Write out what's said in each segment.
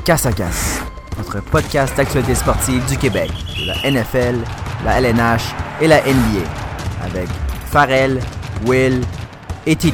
Casse à Casse, notre podcast d'actualité sportive du Québec, de la NFL, la LNH et la NBA, avec Farrell, Will et TD.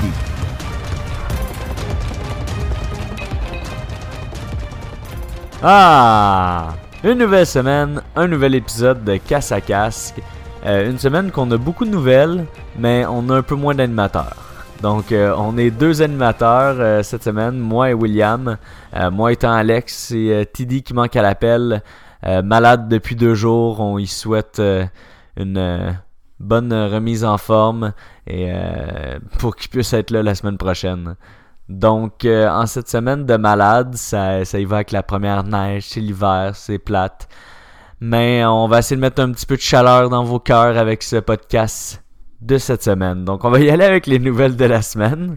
Une nouvelle semaine, un nouvel épisode de Casse à Casque. Une semaine qu'on a beaucoup de nouvelles, mais on a un peu moins d'animateurs. Donc, on est deux animateurs cette semaine, moi et William. Moi étant Alex et TD qui manque à l'appel. Malade depuis 2 jours, on y souhaite une bonne remise en forme et pour qu'il puisse être là la semaine prochaine. Donc, en cette semaine de malade, ça y va avec la première neige, c'est l'hiver, c'est plate. Mais on va essayer de mettre un petit peu de chaleur dans vos cœurs avec ce podcast de cette semaine. Donc, on va y aller avec les nouvelles de la semaine.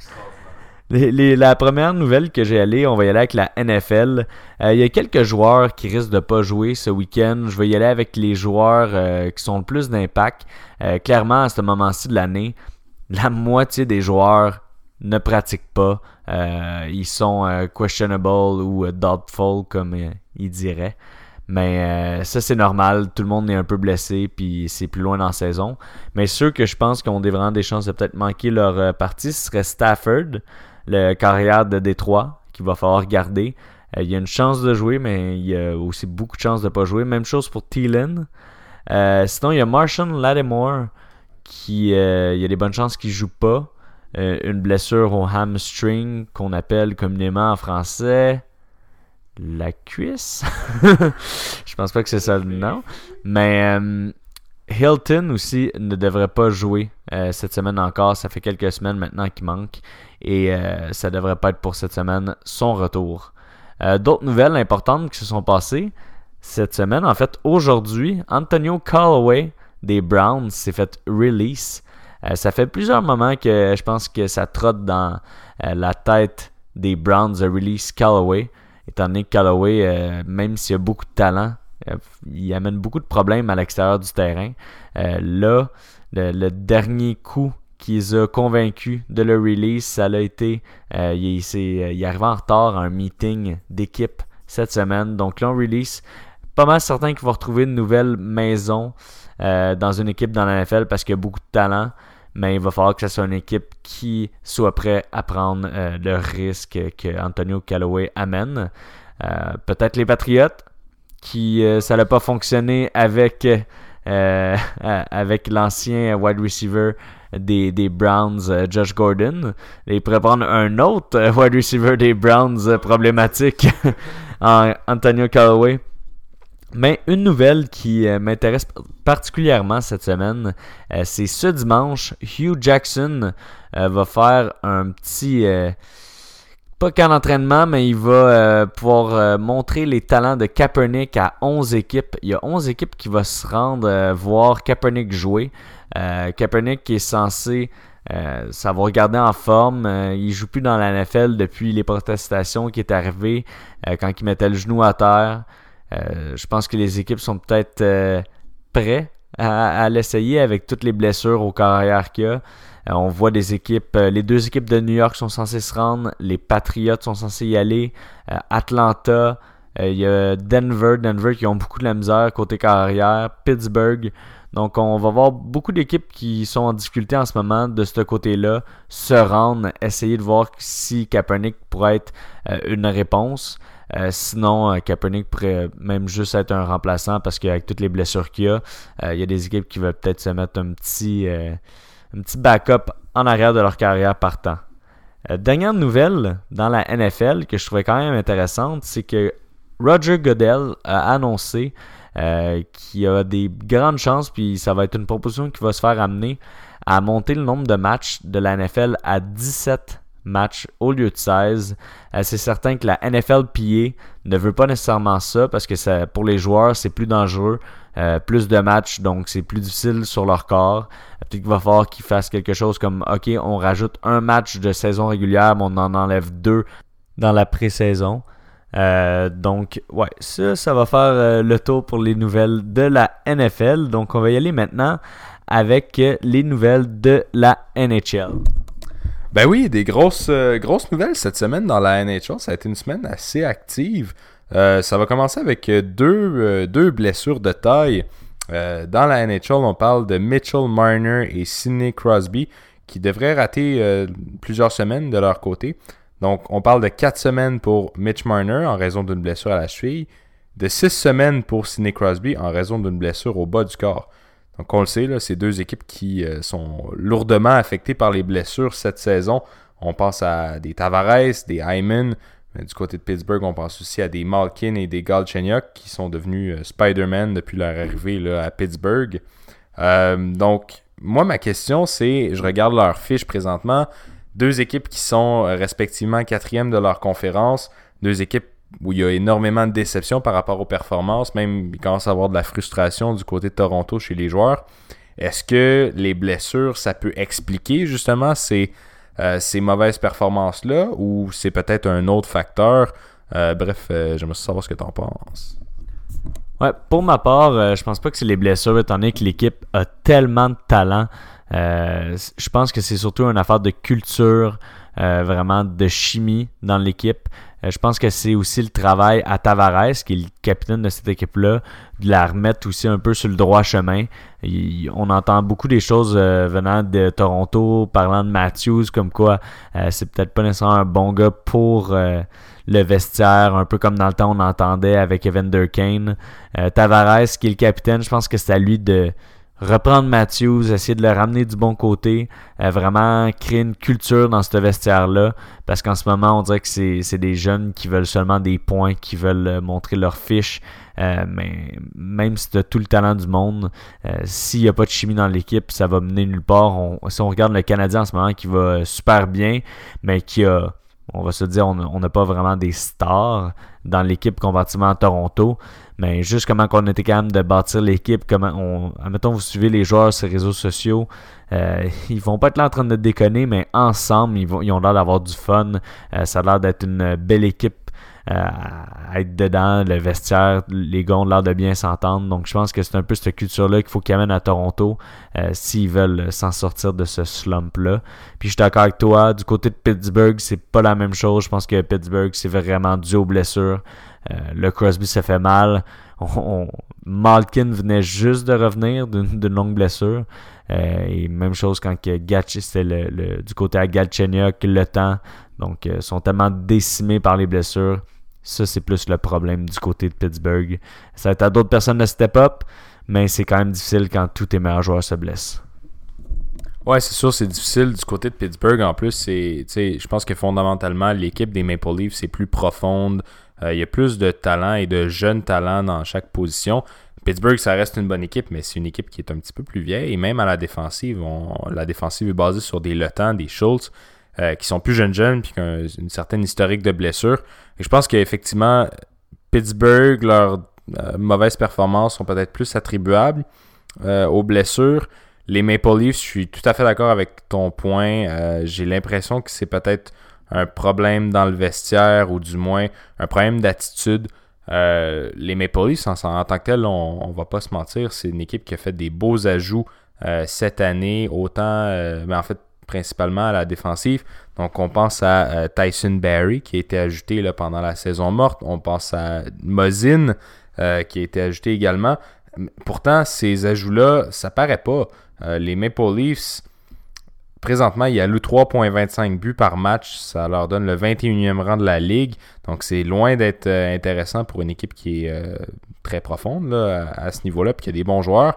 La première nouvelle que j'ai allée, on va y aller avec la NFL. Il y a quelques joueurs qui risquent de ne pas jouer ce week-end. Je vais y aller avec les joueurs qui sont le plus d'impact. Clairement, à ce moment-ci de l'année, la moitié des joueurs ne pratiquent pas. Ils sont questionable ou doubtful, comme ils diraient. Mais ça, c'est normal. Tout le monde est un peu blessé, puis c'est plus loin dans la saison. Mais ceux que je pense qui ont vraiment des chances de peut-être manquer leur partie, ce serait Stafford, le carrière de Détroit, qu'il va falloir garder. Il y a une chance de jouer, mais il y a aussi beaucoup de chances de ne pas jouer. Même chose pour Thielen. Sinon, il y a Marshon Lattimore, il y a des bonnes chances qu'il ne joue pas. Une blessure au hamstring, qu'on appelle communément en français la cuisse. Je pense pas que c'est ça le nom. Mais Hilton aussi ne devrait pas jouer cette semaine encore. Ça fait quelques semaines maintenant qu'il manque. Et ça devrait pas être pour cette semaine son retour. D'autres nouvelles importantes qui se sont passées cette semaine. En fait, aujourd'hui, Antonio Callaway des Browns s'est fait release. Ça fait plusieurs moments que je pense que ça trotte dans la tête des Browns de release Callaway. Étant donné que Callaway, même s'il a beaucoup de talent, il amène beaucoup de problèmes à l'extérieur du terrain. Là, le dernier coup qui les a convaincus de le release, ça l'a été, il est arrivé en retard à un meeting d'équipe cette semaine. Donc là, on release. Pas mal certain qu'il va retrouver une nouvelle maison dans une équipe dans la NFL parce qu'il y a beaucoup de talent. Mais il va falloir que ce soit une équipe qui soit prête à prendre le risque que Antonio Callaway amène. Peut-être les Patriots, qui ça n'a pas fonctionné avec l'ancien wide receiver des Browns, Josh Gordon. Il pourrait prendre un autre wide receiver des Browns problématique en Antonio Callaway. Mais une nouvelle qui m'intéresse particulièrement cette semaine, c'est ce dimanche, Hugh Jackson va faire un petit, pas qu'un entraînement, mais il va pouvoir montrer les talents de Kaepernick à 11 équipes. Il y a 11 équipes qui vont se rendre voir Kaepernick jouer. Kaepernick qui est censé savoir garder en forme. Il joue plus dans la NFL depuis les protestations qui est arrivées quand il mettait le genou à terre. Je pense que les équipes sont peut-être prêtes à l'essayer avec toutes les blessures au carrière qu'il y a. On voit des équipes, les 2 équipes de New York sont censées se rendre, les Patriots sont censés y aller, Atlanta, il y a Denver qui ont beaucoup de la misère côté carrière, Pittsburgh. Donc on va voir beaucoup d'équipes qui sont en difficulté en ce moment de ce côté-là se rendre, essayer de voir si Kaepernick pourrait être une réponse. Sinon, Kaepernick pourrait même juste être un remplaçant parce qu'avec toutes les blessures qu'il y a, il y a des équipes qui veulent peut-être se mettre un petit backup en arrière de leur carrière partant. Dernière nouvelle dans la NFL que je trouvais quand même intéressante, c'est que Roger Goodell a annoncé qu'il y a des grandes chances, puis ça va être une proposition qui va se faire amener à monter le nombre de matchs de la NFL à 17 matchs au lieu de 16. C'est certain que la NFLPA ne veut pas nécessairement ça parce que pour les joueurs, c'est plus dangereux. Plus de matchs, donc c'est plus difficile sur leur corps. Peut-être qu'il va falloir qu'ils fassent quelque chose comme OK, on rajoute un match de saison régulière, mais on en enlève 2 dans la pré-saison. Donc, ouais, ça va faire le tour pour les nouvelles de la NFL. Donc, on va y aller maintenant avec les nouvelles de la NHL. Ben oui, des grosses nouvelles cette semaine dans la NHL. Ça a été une semaine assez active. Ça va commencer avec deux blessures de taille. Dans la NHL, on parle de Mitchell Marner et Sidney Crosby qui devraient rater plusieurs semaines de leur côté. Donc, on parle de 4 semaines pour Mitch Marner en raison d'une blessure à la cheville, de 6 semaines pour Sidney Crosby en raison d'une blessure au bas du corps. Donc, on le sait, là, c'est deux équipes qui sont lourdement affectées par les blessures cette saison. On pense à des Tavares, des Hyman. Mais du côté de Pittsburgh, on pense aussi à des Malkin et des Galchenyuk qui sont devenus Spider-Man depuis leur arrivée là, à Pittsburgh. Donc, moi, ma question, c'est, je regarde leur fiche présentement, deux équipes qui sont respectivement 4e de leur conférence, deux équipes où il y a énormément de déception par rapport aux performances, même il commence à avoir de la frustration du côté de Toronto chez les joueurs. Est-ce que les blessures, ça peut expliquer justement ces mauvaises performances-là, ou c'est peut-être un autre facteur? Bref, j'aimerais savoir ce que tu en penses. Ouais, pour ma part, je pense pas que c'est les blessures, étant donné que l'équipe a tellement de talent. Je pense que c'est surtout une affaire de culture, vraiment de chimie dans l'équipe. Je pense que c'est aussi le travail à Tavares, qui est le capitaine de cette équipe-là, de la remettre aussi un peu sur le droit chemin. On entend beaucoup des choses venant de Toronto, parlant de Matthews, comme quoi c'est peut-être pas nécessairement un bon gars pour le vestiaire, un peu comme dans le temps on entendait avec Evander Kane. Tavares, qui est le capitaine, je pense que c'est à lui de reprendre Matthews, essayer de le ramener du bon côté, vraiment créer une culture dans ce vestiaire-là, parce qu'en ce moment, on dirait que c'est des jeunes qui veulent seulement des points, qui veulent montrer leur fiche, mais même si tu as tout le talent du monde, s'il n'y a pas de chimie dans l'équipe, ça va mener nulle part. Si on regarde le Canadien en ce moment qui va super bien, mais qui a, on va se dire, on n'a pas vraiment des stars dans l'équipe comparativement à Toronto, mais juste comment on était capable de bâtir l'équipe, admettons vous suivez les joueurs sur les réseaux sociaux, ils vont pas être là en train de déconner, mais ensemble, ils ont l'air d'avoir du fun, ça a l'air d'être une belle équipe à être dedans, le vestiaire, les gars ont l'air de bien s'entendre, donc je pense que c'est un peu cette culture-là qu'il faut qu'ils amènent à Toronto s'ils veulent s'en sortir de ce slump-là. Puis je suis d'accord avec toi, du côté de Pittsburgh, c'est pas la même chose, je pense que Pittsburgh, c'est vraiment dû aux blessures. Le Crosby se fait mal. Malkin venait juste de revenir d'une longue blessure. Et même chose quand c'était du côté à Galchenyuk, le temps. Donc, ils sont tellement décimés par les blessures. Ça, c'est plus le problème du côté de Pittsburgh. Ça va être à d'autres personnes de step up, mais c'est quand même difficile quand tous tes meilleurs joueurs se blessent. Ouais, c'est sûr, c'est difficile du côté de Pittsburgh. En plus, je pense que fondamentalement, l'équipe des Maple Leafs, c'est plus profonde. Il y a plus de talent et de jeunes talents dans chaque position. Pittsburgh, ça reste une bonne équipe, mais c'est une équipe qui est un petit peu plus vieille. Et même à la défensive, la défensive est basée sur des Letang, des Schultz, qui sont plus jeunes, puis qui ont une certaine historique de blessures. Et je pense qu'effectivement, Pittsburgh, leurs mauvaises performances sont peut-être plus attribuables aux blessures. Les Maple Leafs, je suis tout à fait d'accord avec ton point. J'ai l'impression que c'est peut-être un problème dans le vestiaire, ou du moins un problème d'attitude. Les Maple Leafs, en tant que tel, on va pas se mentir, c'est une équipe qui a fait des beaux ajouts cette année, autant, mais en fait principalement à la défensive. Donc on pense à Tyson Barrie qui a été ajouté là, pendant la saison morte. On pense à Muzzin qui a été ajouté également. Pourtant, ces ajouts-là, ça paraît pas. Les Maple Leafs, présentement, il y a le 3.25 buts par match. Ça leur donne le 21e rang de la Ligue. Donc, c'est loin d'être intéressant pour une équipe qui est très profonde là, à ce niveau-là, puis qui a des bons joueurs.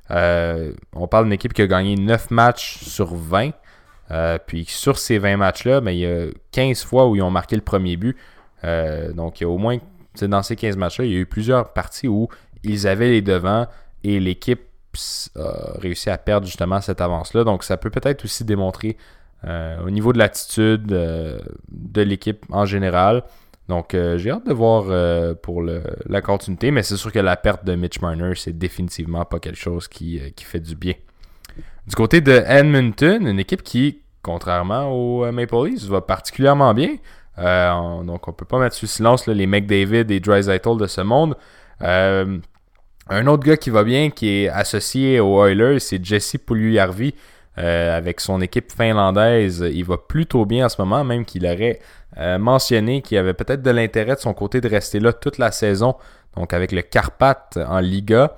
On parle d'une équipe qui a gagné 9 matchs sur 20. Puis sur ces 20 matchs-là, il y a 15 fois où ils ont marqué le premier but. Donc, il y a au moins, dans ces 15 matchs-là, il y a eu plusieurs parties où ils avaient les devants et l'équipe a réussi à perdre justement cette avance-là. Donc, ça peut peut-être aussi démontrer au niveau de l'attitude de l'équipe en général. Donc, j'ai hâte de voir pour la continuité, mais c'est sûr que la perte de Mitch Marner, c'est définitivement pas quelque chose qui fait du bien. Du côté de Edmonton, une équipe qui, contrairement aux Maple Leafs, va particulièrement bien. Donc, on peut pas mettre sous silence là, les McDavid et Draisaitl de ce monde. Un autre gars qui va bien, qui est associé aux Oilers, c'est Jesse Puljujarvi. avec son équipe finlandaise. Il va plutôt bien en ce moment, même qu'il aurait mentionné qu'il avait peut-être de l'intérêt de son côté de rester là toute la saison, donc avec le Karpat en Liga.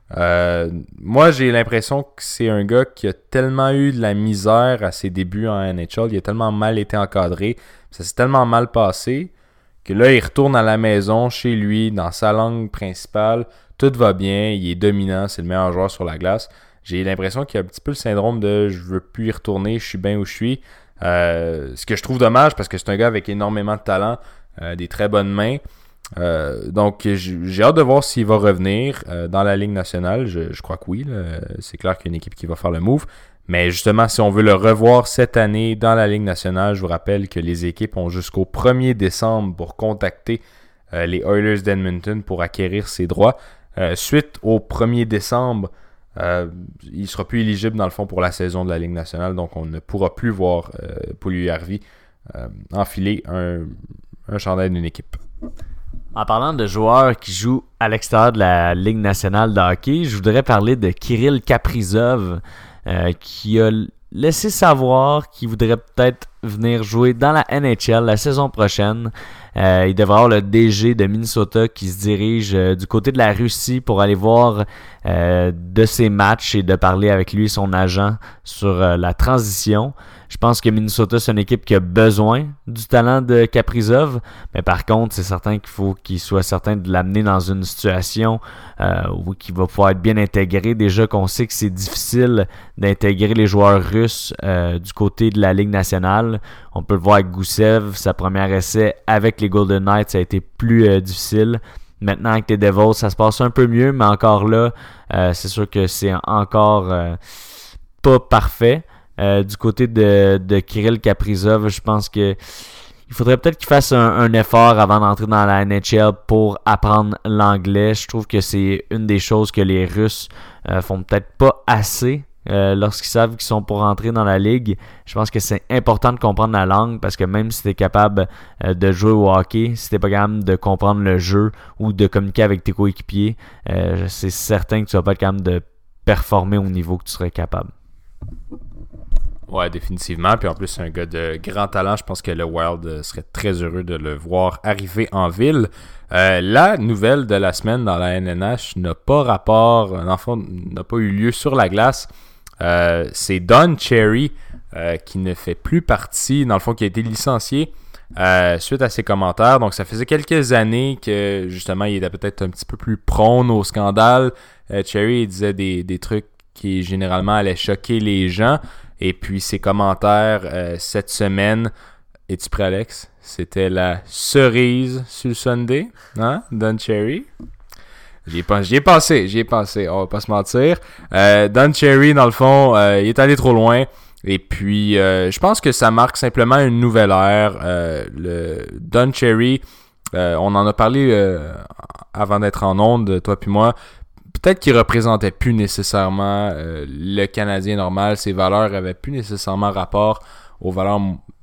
Moi, j'ai l'impression que c'est un gars qui a tellement eu de la misère à ses débuts en NHL, il a tellement mal été encadré, ça s'est tellement mal passé, que là, il retourne à la maison, chez lui, dans sa langue principale, tout va bien, il est dominant, c'est le meilleur joueur sur la glace. J'ai l'impression qu'il y a un petit peu le syndrome de « je veux plus y retourner, je suis bien où je suis ». Ce que je trouve dommage, parce que c'est un gars avec énormément de talent, des très bonnes mains. Donc j'ai hâte de voir s'il va revenir dans la Ligue nationale. Je crois que oui, là. C'est clair qu'il y a une équipe qui va faire le move, mais justement si on veut le revoir cette année dans la Ligue nationale, je vous rappelle que les équipes ont jusqu'au 1er décembre pour contacter les Oilers d'Edmonton pour acquérir ses droits. Suite au 1er décembre, il ne sera plus éligible dans le fond pour la saison de la Ligue nationale, donc on ne pourra plus voir Puljujärvi enfiler un chandail d'une équipe. En parlant de joueurs qui jouent à l'extérieur de la Ligue nationale de hockey, je voudrais parler de Kirill Kaprizov, qui a laissé savoir qu'il voudrait peut-être venir jouer dans la NHL la saison prochaine. Il devrait avoir le DG de Minnesota qui se dirige du côté de la Russie pour aller voir de ses matchs et de parler avec lui et son agent sur la transition. Je pense que Minnesota, c'est une équipe qui a besoin du talent de Kaprizov, mais par contre, c'est certain qu'il faut qu'il soit certain de l'amener dans une situation où il va pouvoir être bien intégré. Déjà qu'on sait que c'est difficile d'intégrer les joueurs russes du côté de la Ligue nationale. On peut le voir avec Gusev, sa première essai avec les Golden Knights, ça a été plus difficile. Maintenant, avec les Devils, ça se passe un peu mieux, mais encore là, c'est sûr que c'est encore pas parfait. Du côté de Kirill Kaprizov, je pense que il faudrait peut-être qu'il fasse un effort avant d'entrer dans la NHL pour apprendre l'anglais. Je trouve que c'est une des choses que les Russes font peut-être pas assez lorsqu'ils savent qu'ils sont pour entrer dans la ligue. Je pense que c'est important de comprendre la langue parce que même si tu es capable de jouer au hockey, si tu n'es pas capable de comprendre le jeu ou de communiquer avec tes coéquipiers, c'est certain que tu vas pas être capable de performer au niveau que tu serais capable. Ouais, définitivement. Puis en plus, c'est un gars de grand talent. Je pense que le Wild serait très heureux de le voir arriver en ville. La nouvelle de la semaine dans la NNH n'a pas rapport, n'a pas eu lieu sur la glace. C'est Don Cherry qui ne fait plus partie, dans le fond, qui a été licencié suite à ses commentaires. Donc, ça faisait quelques années que, justement, il était peut-être un petit peu plus prône au scandale. Cherry, il disait des trucs qui, généralement, allaient choquer les gens. Et puis, ses commentaires cette semaine... Es-tu prêt, Alex? C'était la cerise sur le sundae, hein? Don Cherry. J'y ai pensé, on va pas se mentir. Don Cherry, dans le fond, il est allé trop loin. Et puis, je pense que ça marque simplement une nouvelle ère. Le Don Cherry, on en a parlé avant d'être en onde, toi puis moi. Peut-être qu'il représentait plus nécessairement le Canadien normal. Ses valeurs avaient plus nécessairement rapport aux valeurs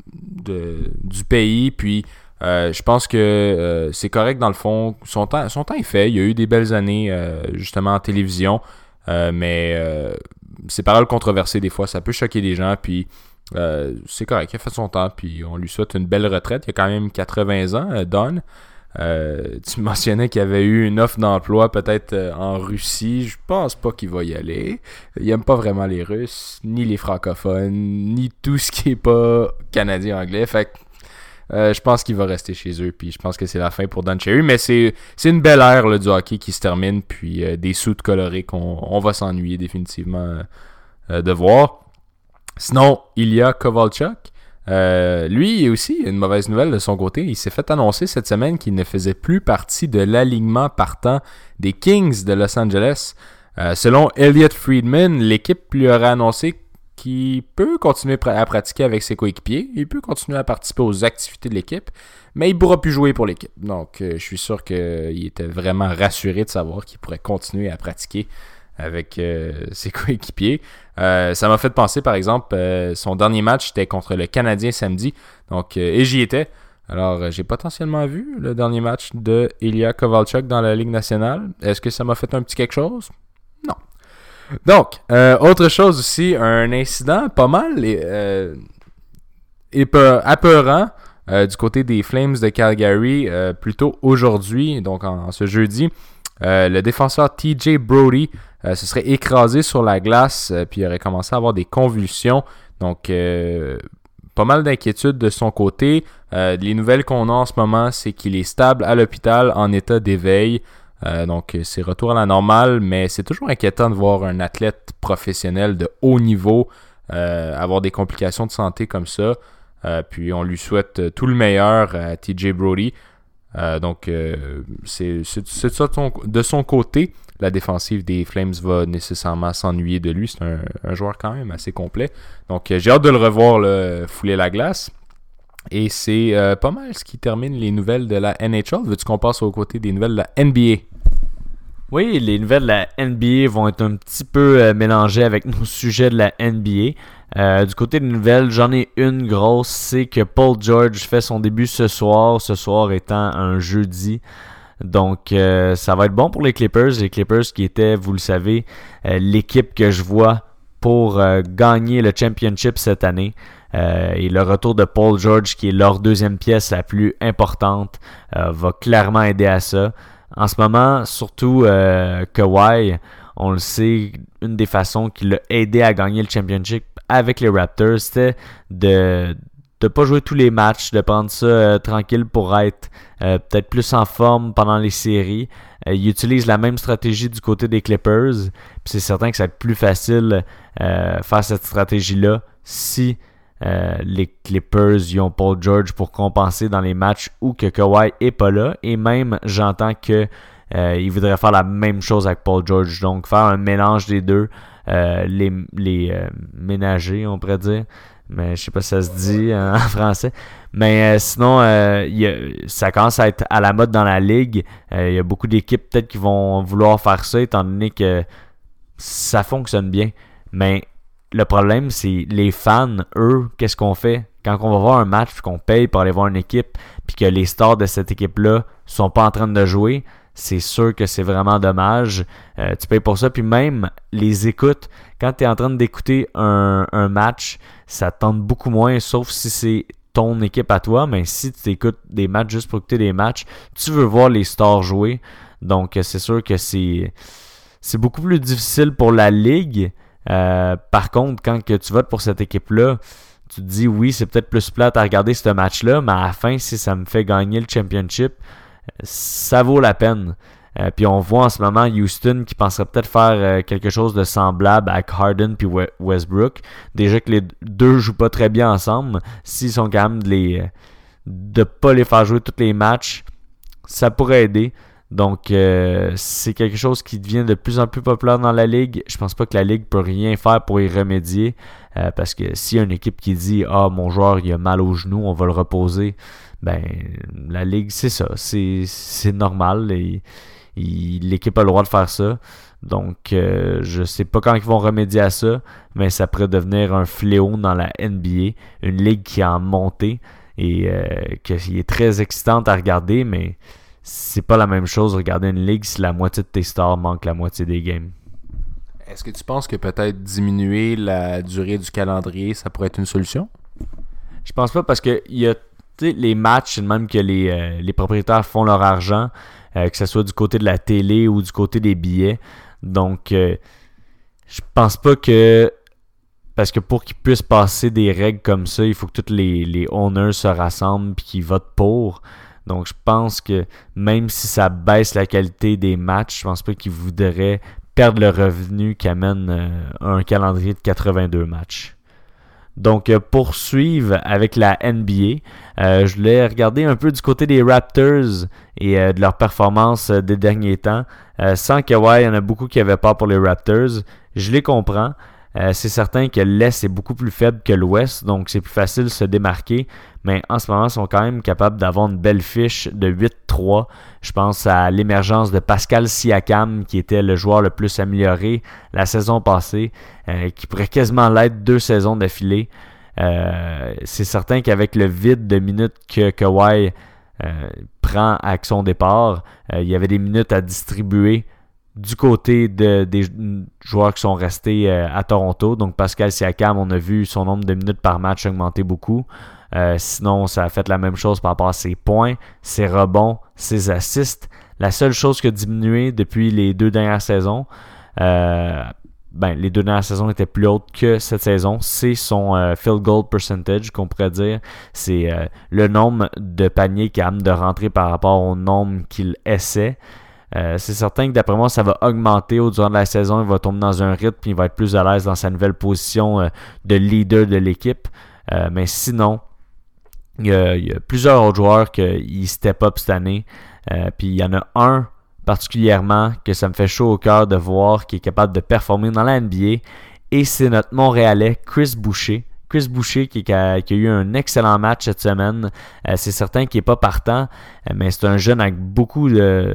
du pays. Puis, je pense que c'est correct dans le fond. Son temps est fait. Il y a eu des belles années justement en télévision. Mais ces paroles controversées, des fois, ça peut choquer des gens. Puis, c'est correct. Il a fait son temps. Puis, on lui souhaite une belle retraite. Il a quand même 80 ans, Don. Tu mentionnais qu'il y avait eu une offre d'emploi peut-être en Russie. Je pense pas qu'il va y aller. Il aime pas vraiment les Russes, ni les francophones, ni tout ce qui est pas canadien-anglais. Fait que je pense qu'il va rester chez eux. Puis je pense que c'est la fin pour Don Cherry. Mais c'est une belle ère là, du hockey qui se termine. Puis des sous colorés qu'on va s'ennuyer définitivement de voir. Sinon, Ilya Kovalchuk. Lui aussi, une mauvaise nouvelle de son côté, il s'est fait annoncer cette semaine qu'il ne faisait plus partie de l'alignement partant des Kings de Los Angeles. Selon Elliot Friedman, l'équipe lui aurait annoncé qu'il peut continuer à pratiquer avec ses coéquipiers, il peut continuer à participer aux activités de l'équipe, mais il ne pourra plus jouer pour l'équipe. Donc, je suis sûr qu'il était vraiment rassuré de savoir qu'il pourrait continuer à pratiquer avec ses coéquipiers. Ça m'a fait penser, par exemple, son dernier match était contre le Canadien samedi, donc et j'y étais. Alors, j'ai potentiellement vu le dernier match de Ilya Kovalchuk dans la Ligue nationale. Est-ce que ça m'a fait un petit quelque chose? Non. Donc, autre chose aussi, un incident pas mal apeurant du côté des Flames de Calgary, plutôt aujourd'hui, donc en ce jeudi. Le défenseur TJ Brodie se serait écrasé sur la glace, puis il aurait commencé à avoir des convulsions. Donc, pas mal d'inquiétudes de son côté. Les nouvelles qu'on a en ce moment, c'est qu'il est stable à l'hôpital en état d'éveil. Donc, c'est retour à la normale, mais c'est toujours inquiétant de voir un athlète professionnel de haut niveau avoir des complications de santé comme ça. Puis, on lui souhaite tout le meilleur à TJ Brodie. Donc, c'est ça de son côté. La défensive des Flames va nécessairement s'ennuyer de lui. C'est un joueur quand même assez complet. Donc, j'ai hâte de le revoir là, fouler la glace. Et c'est pas mal ce qui termine les nouvelles de la NHL. Veux-tu qu'on passe aux côtés des nouvelles de la NBA? Oui, les nouvelles de la NBA vont être un petit peu mélangées avec nos sujets de la NBA. Du côté des nouvelles, j'en ai une grosse, c'est que Paul George fait son début ce soir étant un jeudi. Donc, ça va être bon pour les Clippers qui étaient, vous le savez, l'équipe que je vois pour gagner le championship cette année. Et le retour de Paul George, qui est leur deuxième pièce la plus importante, va clairement aider à ça. En ce moment, surtout Kawhi, on le sait, une des façons qui l'a aidé à gagner le championship avec les Raptors, c'était de pas jouer tous les matchs, de prendre ça tranquille pour être peut-être plus en forme pendant les séries. Il utilise la même stratégie du côté des Clippers. Puis c'est certain que ça va être plus facile faire cette stratégie-là si les Clippers y ont Paul George pour compenser dans les matchs où que Kawhi est pas là. Et même, j'entends que il voudrait faire la même chose avec Paul George. Donc, faire un mélange des deux, les ménager, on pourrait dire. Mais je sais pas si ça se dit en français. Mais sinon, ça commence à être à la mode dans la ligue. Il y a beaucoup d'équipes peut-être qui vont vouloir faire ça, étant donné que ça fonctionne bien. Mais le problème, c'est les fans, eux, qu'est-ce qu'on fait? Quand on va voir un match, puis qu'on paye pour aller voir une équipe, puis que les stars de cette équipe-là sont pas en train de jouer, c'est sûr que c'est vraiment dommage. Tu payes pour ça, puis même les écoutes, quand tu es en train d'écouter un match, ça te tente beaucoup moins, sauf si c'est ton équipe à toi. Mais si tu écoutes des matchs juste pour écouter des matchs, tu veux voir les stars jouer. Donc, c'est sûr que c'est beaucoup plus difficile pour la ligue. Par contre, quand que tu votes pour cette équipe-là, tu te dis oui, c'est peut-être plus plate à regarder ce match-là, mais à la fin, si ça me fait gagner le championship, ça vaut la peine. Puis on voit en ce moment Houston qui penserait peut-être faire quelque chose de semblable avec Harden puis Westbrook. Déjà que les deux jouent pas très bien ensemble, s'ils sont quand même de pas les faire jouer tous les matchs, ça pourrait aider. Donc, c'est quelque chose qui devient de plus en plus populaire dans la Ligue. Je pense pas que la Ligue peut rien faire pour y remédier. Parce que s'il y a une équipe qui dit « Ah, mon joueur, il a mal au genou, on va le reposer », ben, la Ligue, c'est ça. C'est normal. L'équipe a le droit de faire ça. Donc, je sais pas quand ils vont remédier à ça, mais ça pourrait devenir un fléau dans la NBA. Une Ligue qui est en montée et qui est très excitante à regarder, mais c'est pas la même chose regarder une ligue si la moitié de tes stars manquent la moitié des games. Est-ce que tu penses que peut-être diminuer la durée du calendrier, ça pourrait être une solution? Je pense pas parce que il y a les matchs, même que les propriétaires font leur argent, que ce soit du côté de la télé ou du côté des billets. Donc, je pense pas que... Parce que pour qu'ils puissent passer des règles comme ça, il faut que tous les owners se rassemblent et qu'ils votent pour. Donc, je pense que même si ça baisse la qualité des matchs, je pense pas qu'ils voudraient perdre le revenu qu'amène un calendrier de 82 matchs. Donc, poursuivre avec la NBA, je voulais regarder un peu du côté des Raptors et de leur performance des derniers temps. Sans Kawhi, il y en a beaucoup qui avaient peur pour les Raptors. Je les comprends. C'est certain que l'Est est beaucoup plus faible que l'Ouest, donc c'est plus facile de se démarquer. Mais en ce moment, ils sont quand même capables d'avoir une belle fiche de 8-3. Je pense à l'émergence de Pascal Siakam, qui était le joueur le plus amélioré la saison passée, qui pourrait quasiment l'être 2 saisons d'affilée. C'est certain qu'avec le vide de minutes que Kawhi prend à son départ, il y avait des minutes à distribuer du côté des joueurs qui sont restés à Toronto, donc Pascal Siakam, on a vu son nombre de minutes par match augmenter beaucoup. Sinon, ça a fait la même chose par rapport à ses points, ses rebonds, ses assists. La seule chose qui a diminué depuis les 2 dernières saisons, les 2 dernières saisons étaient plus hautes que cette saison, c'est son field goal percentage, qu'on pourrait dire. C'est le nombre de paniers qu'il a de rentrer par rapport au nombre qu'il essaie. C'est certain que d'après moi, ça va augmenter au durant de la saison. Il va tomber dans un rythme et il va être plus à l'aise dans sa nouvelle position de leader de l'équipe. Mais sinon, il y a plusieurs autres joueurs qui step up cette année. Puis il y en a un particulièrement que ça me fait chaud au cœur de voir qui est capable de performer dans la NBA. Et c'est notre Montréalais, Chris Boucher. Chris Boucher qui a eu un excellent match cette semaine. C'est certain qu'il n'est pas partant, mais c'est un jeune avec beaucoup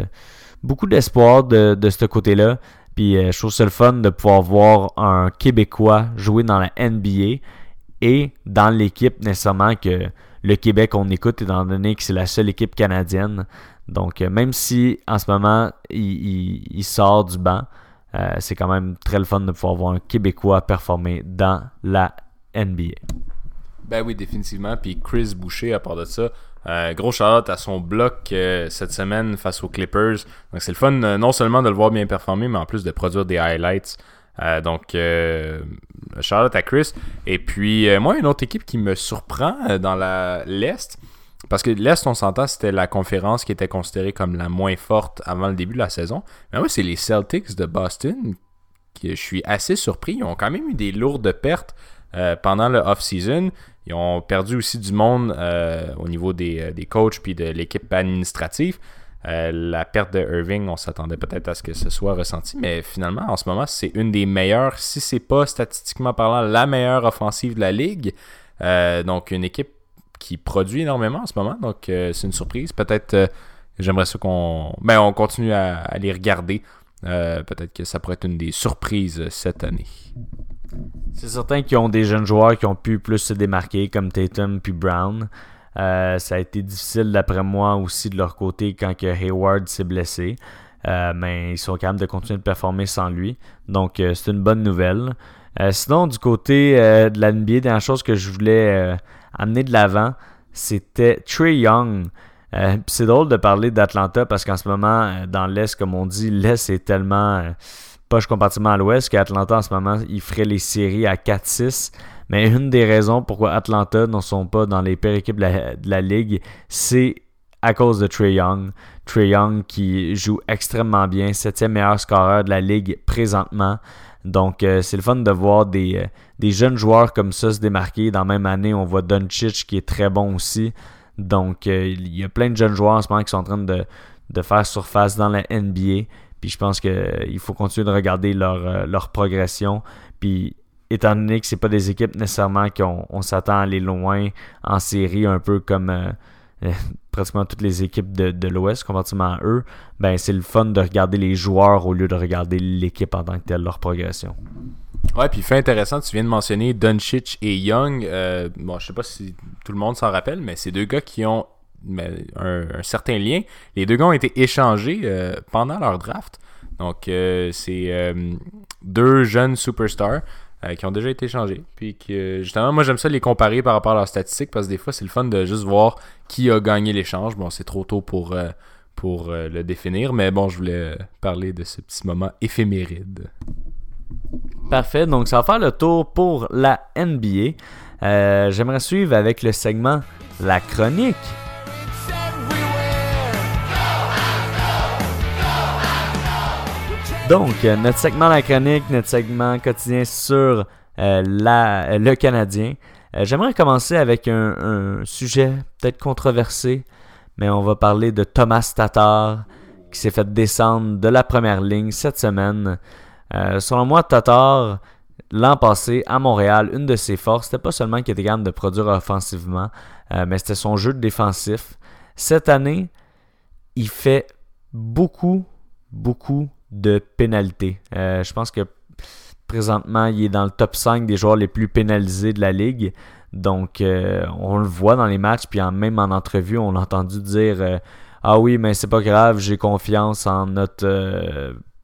d'espoir de ce côté-là. Puis je trouve ça le fun de pouvoir voir un Québécois jouer dans la NBA et dans l'équipe nécessairement que le Québec on écoute, étant donné que c'est la seule équipe canadienne. Donc même si en ce moment il sort du banc, c'est quand même très le fun de pouvoir voir un Québécois performer dans la NBA. Ben oui, définitivement. Puis Chris Boucher, à part de ça, gros shout-out à son bloc cette semaine face aux Clippers. Donc c'est le fun non seulement de le voir bien performer, mais en plus de produire des highlights. Donc shout-out à Chris. Et puis moi, une autre équipe qui me surprend dans l'Est, parce que l'Est, on s'entend, c'était la conférence qui était considérée comme la moins forte avant le début de la saison. Mais moi, c'est les Celtics de Boston que je suis assez surpris. Ils ont quand même eu des lourdes pertes pendant le off-season. Ils ont perdu aussi du monde au niveau des coachs puis de l'équipe administrative. La perte de Irving, on s'attendait peut-être à ce que ce soit ressenti, mais finalement, en ce moment, c'est une des meilleures, si c'est pas statistiquement parlant, la meilleure offensive de la ligue. Donc, une équipe qui produit énormément en ce moment. Donc, c'est une surprise. Peut-être, j'aimerais ça on continue à les regarder. Peut-être que ça pourrait être une des surprises cette année. C'est certain qu'ils ont des jeunes joueurs qui ont pu plus se démarquer, comme Tatum puis Brown. Ça a été difficile d'après moi aussi de leur côté quand que Hayward s'est blessé. Mais ils sont capables de continuer de performer sans lui. Donc c'est une bonne nouvelle. Sinon, du côté de la NBA, dernière chose que je voulais amener de l'avant, c'était Trae Young. C'est drôle de parler d'Atlanta parce qu'en ce moment, dans l'Est, comme on dit, l'Est est tellement poche comparativement à l'Ouest qu'Atlanta en ce moment, il ferait les séries à 4-6. Mais une des raisons pourquoi Atlanta ne sont pas dans les pires équipes de la ligue, c'est à cause de Trae Young. Trae Young qui joue extrêmement bien, 7e meilleur scoreur de la ligue présentement. Donc c'est le fun de voir des jeunes joueurs comme ça se démarquer. Dans la même année, on voit Doncic qui est très bon aussi. Donc il y a plein de jeunes joueurs en ce moment qui sont en train de faire surface dans la NBA. Puis je pense qu'il faut continuer de regarder leur progression. Puis étant donné que c'est pas des équipes nécessairement qu'on s'attend à aller loin en série, un peu comme pratiquement toutes les équipes de l'Ouest, comparativement à eux, ben c'est le fun de regarder les joueurs au lieu de regarder l'équipe en tant que telle, leur progression. Ouais, puis fait intéressant, tu viens de mentionner Doncic et Young. Je sais pas si tout le monde s'en rappelle, mais c'est deux gars qui ont un certain lien. Les deux gars ont été échangés pendant leur draft. Donc, c'est deux jeunes superstars qui ont déjà été échangés. Puis que, justement, moi, j'aime ça les comparer par rapport à leurs statistiques parce que des fois, c'est le fun de juste voir qui a gagné l'échange. Bon, c'est trop tôt pour le définir, mais bon, je voulais parler de ce petit moment éphéméride. Parfait, donc ça va faire le tour pour la NBA. J'aimerais suivre avec le segment La Chronique. Donc, notre segment La Chronique, notre segment quotidien sur le Canadien. J'aimerais commencer avec un sujet peut-être controversé, mais on va parler de Thomas Tatar qui s'est fait descendre de la première ligne cette semaine. Selon moi, Tatar, l'an passé, à Montréal, une de ses forces, c'était pas seulement qu'il était capable de produire offensivement, mais c'était son jeu défensif. Cette année, il fait beaucoup de pénalités. Je pense que présentement, il est dans le top 5 des joueurs les plus pénalisés de la ligue. Donc, on le voit dans les matchs, puis même en entrevue, on l'a entendu dire « Ah oui, mais c'est pas grave, j'ai confiance en notre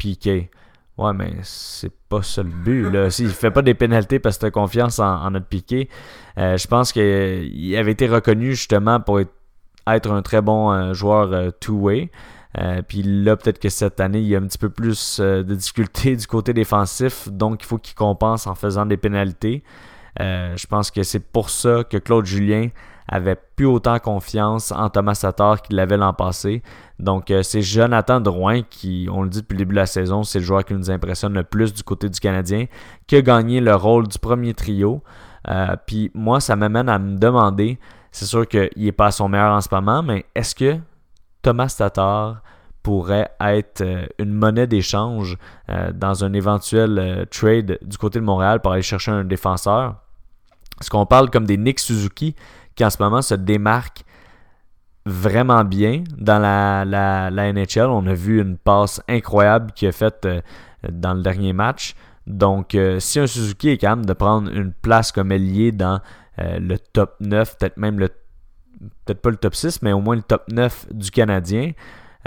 Piqué. Ouais, mais c'est pas ça le but, là. S'il fait pas des pénalités parce que t'as confiance en notre Piqué, je pense qu'il avait été reconnu justement pour être un très bon joueur two-way. Puis là, peut-être que cette année, il y a un petit peu plus de difficultés du côté défensif, donc il faut qu'il compense en faisant des pénalités. Je pense que c'est pour ça que Claude Julien avait plus autant confiance en Thomas Tatar qu'il l'avait l'an passé. Donc c'est Jonathan Drouin qui, on le dit depuis le début de la saison, c'est le joueur qui nous impressionne le plus du côté du Canadien, qui a gagné le rôle du premier trio. Puis moi, ça m'amène à me demander, c'est sûr qu'il n'est pas à son meilleur en ce moment, mais est-ce que Thomas Tatar pourrait être une monnaie d'échange dans un éventuel trade du côté de Montréal pour aller chercher un défenseur? Est-ce qu'on parle comme des Nick Suzuki qui en ce moment se démarquent vraiment bien dans la NHL? On a vu une passe incroyable qu'il a faite dans le dernier match. Donc, si un Suzuki est capable de prendre une place comme ailier dans le top 9, peut-être pas le top 6, mais au moins le top 9 du Canadien,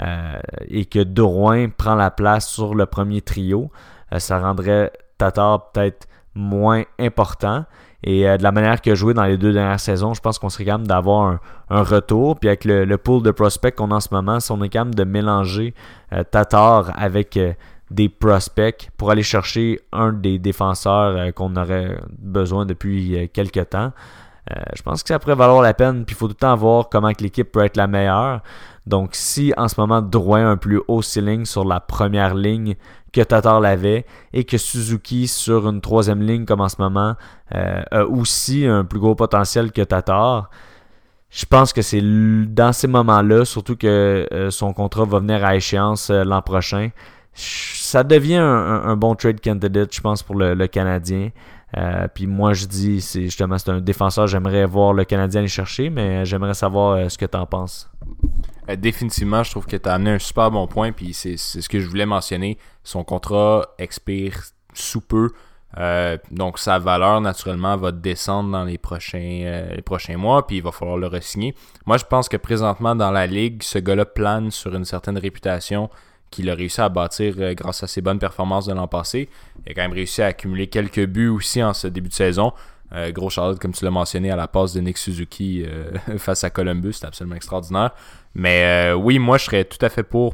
et que Drouin prend la place sur le premier trio, ça rendrait Tatar peut-être moins important. Et de la manière qu'il a joué dans les 2 dernières saisons, je pense qu'on serait capable d'avoir un retour. Puis avec le pool de prospects qu'on a en ce moment, si on est capable de mélanger Tatar avec des prospects pour aller chercher un des défenseurs qu'on aurait besoin depuis quelques temps, je pense que ça pourrait valoir la peine. Puis il faut tout le temps voir comment que l'équipe peut être la meilleure. Donc si en ce moment Drouin a un plus haut ceiling sur la première ligne que Tatar l'avait, et que Suzuki sur une 3e ligne comme en ce moment a aussi un plus gros potentiel que Tatar, je pense que c'est dans ces moments-là, surtout que son contrat va venir à échéance l'an prochain, ça devient un bon trade candidate, je pense, pour le Canadien. Puis moi je dis, c'est un défenseur, j'aimerais voir le Canadien aller chercher, mais j'aimerais savoir ce que tu en penses. Définitivement, je trouve que tu as amené un super bon point, puis c'est ce que je voulais mentionner. Son contrat expire sous peu, donc sa valeur naturellement va descendre dans les prochains mois, puis il va falloir le re-signer. Moi, je pense que présentement dans la ligue, ce gars-là plane sur une certaine réputation qu'il a réussi à bâtir grâce à ses bonnes performances de l'an passé. Il a quand même réussi à accumuler quelques buts aussi en ce début de saison. Gros shout-out, comme tu l'as mentionné, à la passe de Nick Suzuki face à Columbus, c'était absolument extraordinaire. Mais oui, moi je serais tout à fait pour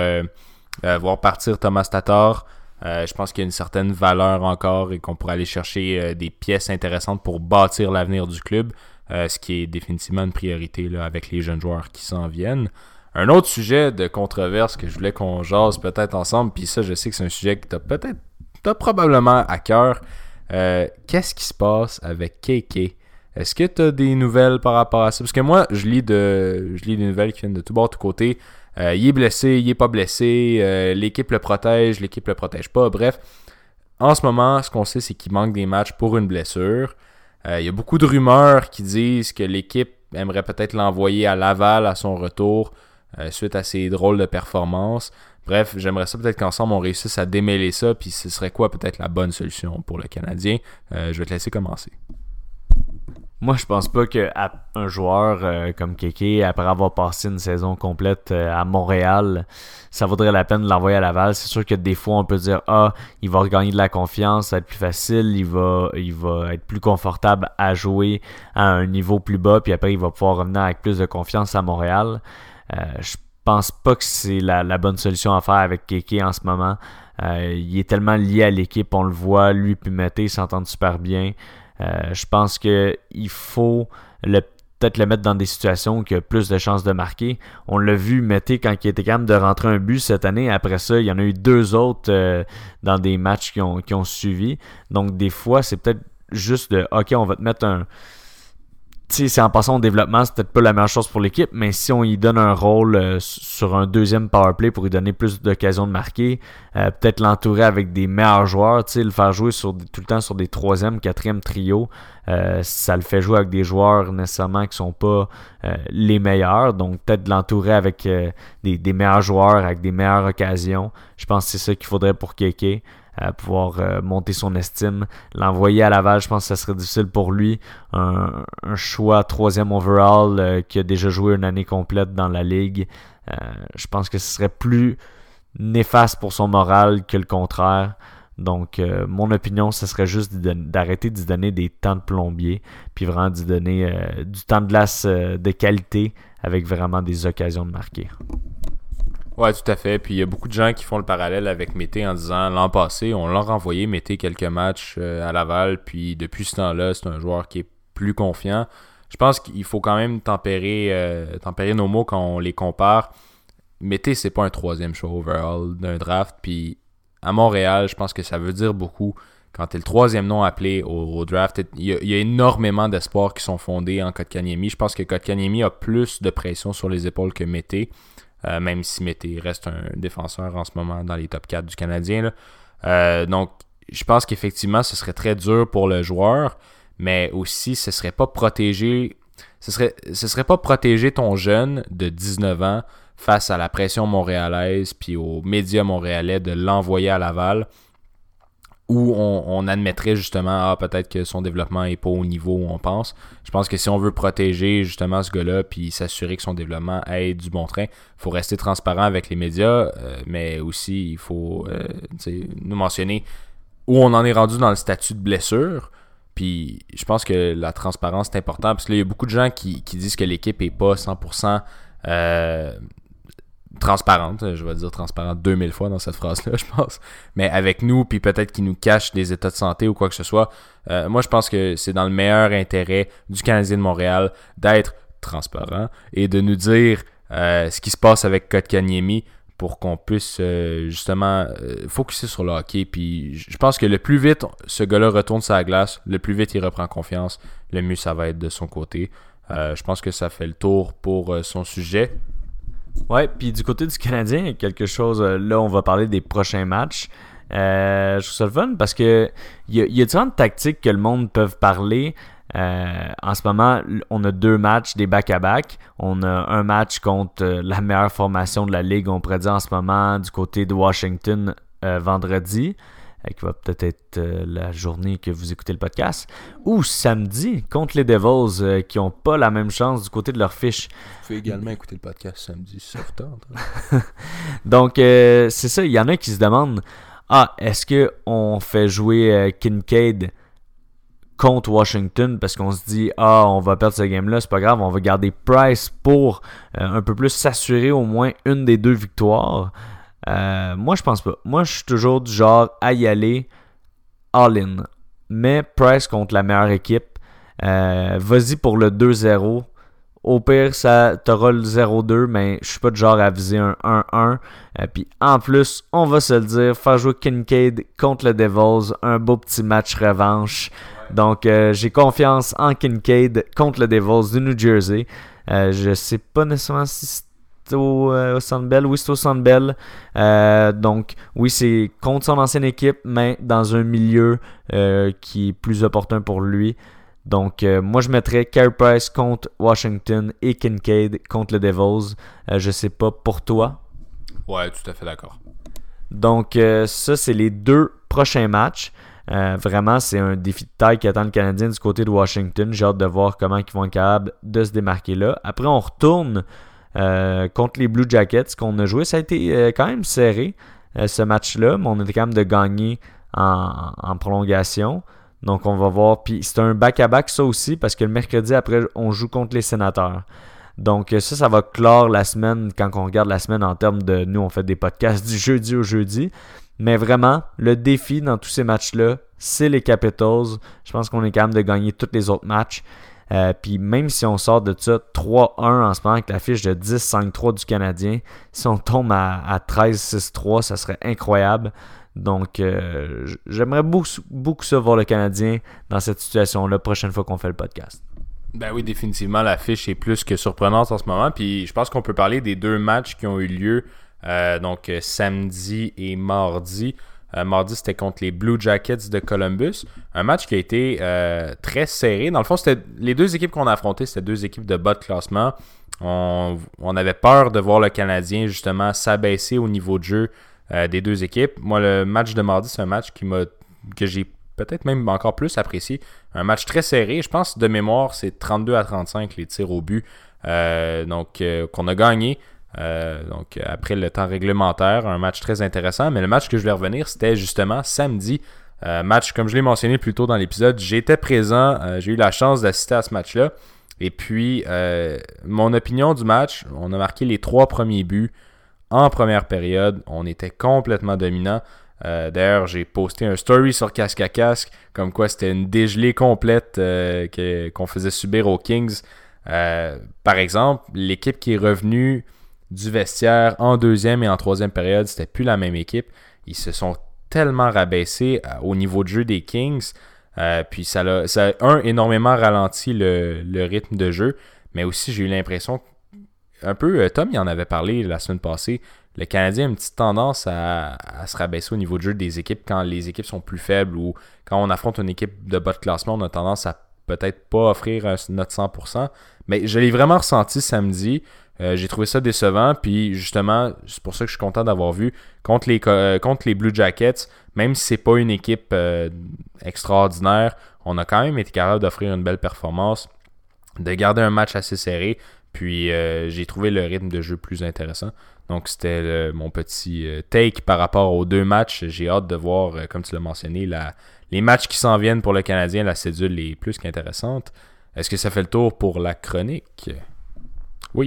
voir partir Thomas Tatar. Je pense qu'il y a une certaine valeur encore et qu'on pourrait aller chercher des pièces intéressantes pour bâtir l'avenir du club, ce qui est définitivement une priorité là, avec les jeunes joueurs qui s'en viennent. Un autre sujet de controverse que je voulais qu'on jase peut-être ensemble, puis ça je sais que c'est un sujet que t'as probablement à cœur. Qu'est-ce qui se passe avec KK? Est-ce que tu as des nouvelles par rapport à ça? Parce que moi, je lis des nouvelles qui viennent de tout bord, de tout côté. Il est blessé, il est pas blessé. L'équipe le protège pas. Bref, en ce moment, ce qu'on sait, c'est qu'il manque des matchs pour une blessure. Il y a beaucoup de rumeurs qui disent que l'équipe aimerait peut-être l'envoyer à Laval à son retour suite à ses drôles de performances. Bref, j'aimerais ça peut-être qu'ensemble on réussisse à démêler ça, puis ce serait quoi peut-être la bonne solution pour le Canadien. Je vais te laisser commencer. Moi, je pense pas qu'un joueur comme Kéké, après avoir passé une saison complète à Montréal, ça vaudrait la peine de l'envoyer à Laval. C'est sûr que des fois, on peut dire il va regagner de la confiance, ça va être plus facile, il va être plus confortable à jouer à un niveau plus bas, puis après, il va pouvoir revenir avec plus de confiance à Montréal. Je pense pas que c'est la bonne solution à faire avec Kéké en ce moment. Il est tellement lié à l'équipe, on le voit, lui puis Mété s'entendent super bien. Je pense qu'il faut peut-être le mettre dans des situations où il y a plus de chances de marquer. On l'a vu, Mété, quand il était capable de rentrer un but cette année. Après ça, il y en a eu 2 autres dans des matchs qui ont suivi. Donc, des fois, c'est peut-être juste OK, on va te mettre un... Tu sais, c'est en passant au développement, c'est peut-être pas la meilleure chose pour l'équipe, mais si on lui donne un rôle sur un deuxième powerplay pour lui donner plus d'occasions de marquer, peut-être l'entourer avec des meilleurs joueurs, tu sais, le faire jouer tout le temps sur des 3e, 4e trios, ça le fait jouer avec des joueurs nécessairement qui sont pas les meilleurs, donc peut-être l'entourer avec des meilleurs joueurs, avec des meilleures occasions. Je pense que c'est ça qu'il faudrait pour Kéké. Pouvoir monter son estime. L'envoyer à Laval, je pense que ça serait difficile pour lui. Un choix 3e overall qui a déjà joué une année complète dans la ligue. Je pense que ce serait plus néfaste pour son moral que le contraire. Donc, mon opinion, ce serait juste d'arrêter d'y donner des temps de plombier, puis vraiment d'y donner du temps de glace de qualité avec vraiment des occasions de marquer. Ouais, tout à fait. Puis il y a beaucoup de gens qui font le parallèle avec Mété en disant l'an passé, on l'a renvoyé Mété quelques matchs à Laval, puis depuis ce temps-là, c'est un joueur qui est plus confiant. Je pense qu'il faut quand même tempérer nos mots quand on les compare. Mété, c'est pas un 3e choix overall d'un draft, puis à Montréal, je pense que ça veut dire beaucoup. Quand tu es le 3e nom appelé au draft, il y a énormément d'espoirs qui sont fondés en Kotkaniemi. Je pense que Kotkaniemi a plus de pression sur les épaules que Mété, même si Mété reste un défenseur en ce moment dans les top 4 du Canadien. Donc, je pense qu'effectivement, ce serait très dur pour le joueur, mais aussi, ce serait pas protéger ton jeune de 19 ans face à la pression montréalaise puis aux médias montréalais de l'envoyer à Laval, où on admettrait justement peut-être que son développement n'est pas au niveau où on pense. Je pense que si on veut protéger justement ce gars-là puis s'assurer que son développement aille du bon train, il faut rester transparent avec les médias, mais aussi il faut nous mentionner où on en est rendu dans le statut de blessure. Puis je pense que la transparence est importante, parce que là, il y a beaucoup de gens qui disent que l'équipe n'est pas 100% transparente. Je vais dire transparente 2000 fois dans cette phrase-là, je pense. Mais avec nous, puis peut-être qu'ils nous cachent des états de santé ou quoi que ce soit. Moi, je pense que c'est dans le meilleur intérêt du Canadien de Montréal d'être transparent et de nous dire ce qui se passe avec Kotkaniemi pour qu'on puisse justement focusser sur le hockey. Puis je pense que le plus vite ce gars-là retourne sur la glace, le plus vite il reprend confiance, le mieux ça va être de son côté. Je pense que ça fait le tour pour son sujet. Ouais, puis du côté du Canadien, il y a quelque chose, là on va parler des prochains matchs. Je trouve ça le fun parce que il y a différentes tactiques que le monde peut parler. En ce moment, on a 2 matchs, des back-à-back. On a un match contre la meilleure formation de la Ligue, on pourrait dire en ce moment, du côté de Washington vendredi, qui va peut-être être la journée que vous écoutez le podcast, ou samedi contre les Devils, qui n'ont pas la même chance du côté de leur fiche. Vous pouvez également écouter le podcast samedi, si ça vous tente. Donc, c'est ça, il y en a qui se demandent, est-ce qu'on fait jouer Kincaid contre Washington parce qu'on se dit on va perdre ce game-là, c'est pas grave, on va garder Price pour un peu plus s'assurer au moins une des 2 victoires. Moi, je pense pas. Moi, je suis toujours du genre à y aller all-in. Mais Price contre la meilleure équipe. Vas-y pour le 2-0. Au pire, t'auras le 0-2, mais je suis pas du genre à viser un 1-1. Puis en plus, on va se le dire, faire jouer Kincaid contre le Devils, un beau petit match revanche. Donc, j'ai confiance en Kincaid contre le Devils du New Jersey. Je sais pas nécessairement si c'est au Centre Bell. Oui, c'est au Centre Bell. Donc, oui, c'est contre son ancienne équipe, mais dans un milieu qui est plus opportun pour lui. Donc, moi, je mettrais Carey Price contre Washington et Kincaid contre le Devils. Je sais pas pour toi. Ouais, tout à fait d'accord. Donc, ça, c'est les 2 prochains matchs. Vraiment, c'est un défi de taille qui attend le Canadien du côté de Washington. J'ai hâte de voir comment ils vont être capables de se démarquer là. Après, on retourne contre les Blue Jackets qu'on a joué. Ça a été quand même serré, ce match-là, mais on était quand même de gagner en prolongation. Donc, on va voir. Puis, c'est un back-à-back, ça aussi, parce que le mercredi, après, on joue contre les Sénateurs. Donc, ça va clore la semaine, quand on regarde la semaine en termes de... Nous, on fait des podcasts du jeudi au jeudi. Mais vraiment, le défi dans tous ces matchs-là, c'est les Capitals. Je pense qu'on est capable de gagner tous les autres matchs. Puis même si on sort de ça 3-1 en ce moment avec la fiche de 10-5-3 du Canadien, si on tombe à 13-6-3, ça serait incroyable. Donc, j'aimerais beaucoup ça voir le Canadien dans cette situation-là prochaine fois qu'on fait le podcast. Ben oui, définitivement, la fiche est plus que surprenante en ce moment. Puis je pense qu'on peut parler des 2 matchs qui ont eu lieu donc samedi et mardi. Mardi, c'était contre les Blue Jackets de Columbus. Un match qui a été très serré. Dans le fond, c'était les 2 équipes qu'on a affrontées, c'était 2 équipes de bas de classement. On avait peur de voir le Canadien justement s'abaisser au niveau de jeu des 2 équipes. Moi, le match de mardi, c'est un match que j'ai peut-être même encore plus apprécié. Un match très serré. Je pense, de mémoire, c'est 32-35 les tirs au but. Donc, qu'on a gagné. Donc, après le temps réglementaire, un match très intéressant. Mais le match que je voulais revenir, c'était justement samedi. Match, comme je l'ai mentionné plus tôt dans l'épisode, j'étais présent. J'ai eu la chance d'assister à ce match-là. Et puis, mon opinion du match, on a marqué les 3 premiers buts en première période. On était complètement dominant. D'ailleurs, j'ai posté un story sur Casque à Casque, comme quoi c'était une dégelée complète qu'on faisait subir aux Kings. Par exemple, l'équipe qui est revenue du vestiaire en deuxième et en troisième période, c'était plus la même équipe. Ils se sont tellement rabaissés au niveau de jeu des Kings. Puis ça a énormément ralenti le rythme de jeu, mais aussi j'ai eu l'impression, un peu, Tom il en avait parlé la semaine passée, le Canadien a une petite tendance à se rabaisser au niveau de jeu des équipes quand les équipes sont plus faibles ou quand on affronte une équipe de bas de classement, on a tendance à peut-être pas offrir notre 100%, mais je l'ai vraiment ressenti samedi. J'ai trouvé ça décevant, puis justement, c'est pour ça que je suis content d'avoir vu contre les Blue Jackets, même si c'est pas une équipe extraordinaire, on a quand même été capable d'offrir une belle performance, de garder un match assez serré, puis j'ai trouvé le rythme de jeu plus intéressant. Donc c'était mon petit take par rapport aux 2 matchs. J'ai hâte de voir, comme tu l'as mentionné, les matchs qui s'en viennent pour le Canadien, la cédule est plus qu'intéressante. Est-ce que ça fait le tour pour la chronique? Oui.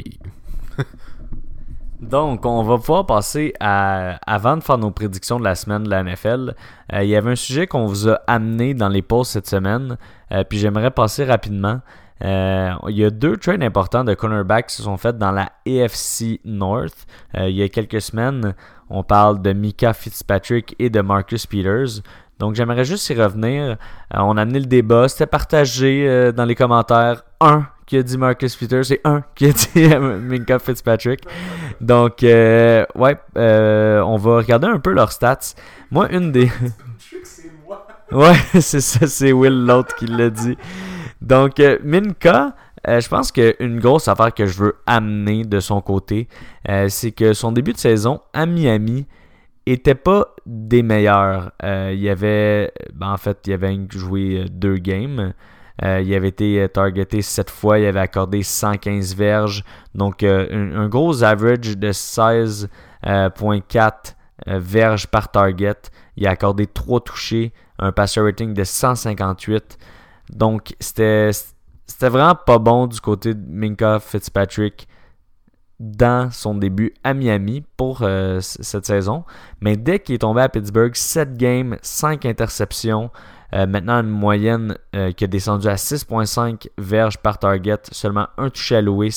Donc, on va pouvoir passer avant de faire nos prédictions de la semaine de la NFL. Il y avait un sujet qu'on vous a amené dans les pauses cette semaine, puis j'aimerais passer rapidement. Il y a 2 trades importants de cornerbacks qui se sont faits dans la AFC North. Il y a quelques semaines, on parle de Micah Fitzpatrick et de Marcus Peters. Donc, j'aimerais juste y revenir. On a amené le débat. C'était partagé dans les commentaires. Un qui a dit Marcus Peters et un qui a dit Micah Fitzpatrick. Donc, on va regarder un peu leurs stats. Moi, une des... c'est moi. Ouais, c'est ça. C'est Will, l'autre, qui l'a dit. Donc, Minka, je pense qu'une grosse affaire que je veux amener de son côté, c'est que son début de saison à Miami était pas des meilleurs. Il avait joué 2 games. Il avait été targeté 7 fois. Il avait accordé 115 verges. Donc, un gros average de 16,4 verges par target. Il a accordé 3 touchés. Un passer rating de 158. Donc, c'était vraiment pas bon du côté de Minkah Fitzpatrick dans son début à Miami pour cette saison. Mais dès qu'il est tombé à Pittsburgh, 7 games, 5 interceptions. Maintenant, une moyenne qui a descendu à 6,5 verges par target. Seulement un touché alloué,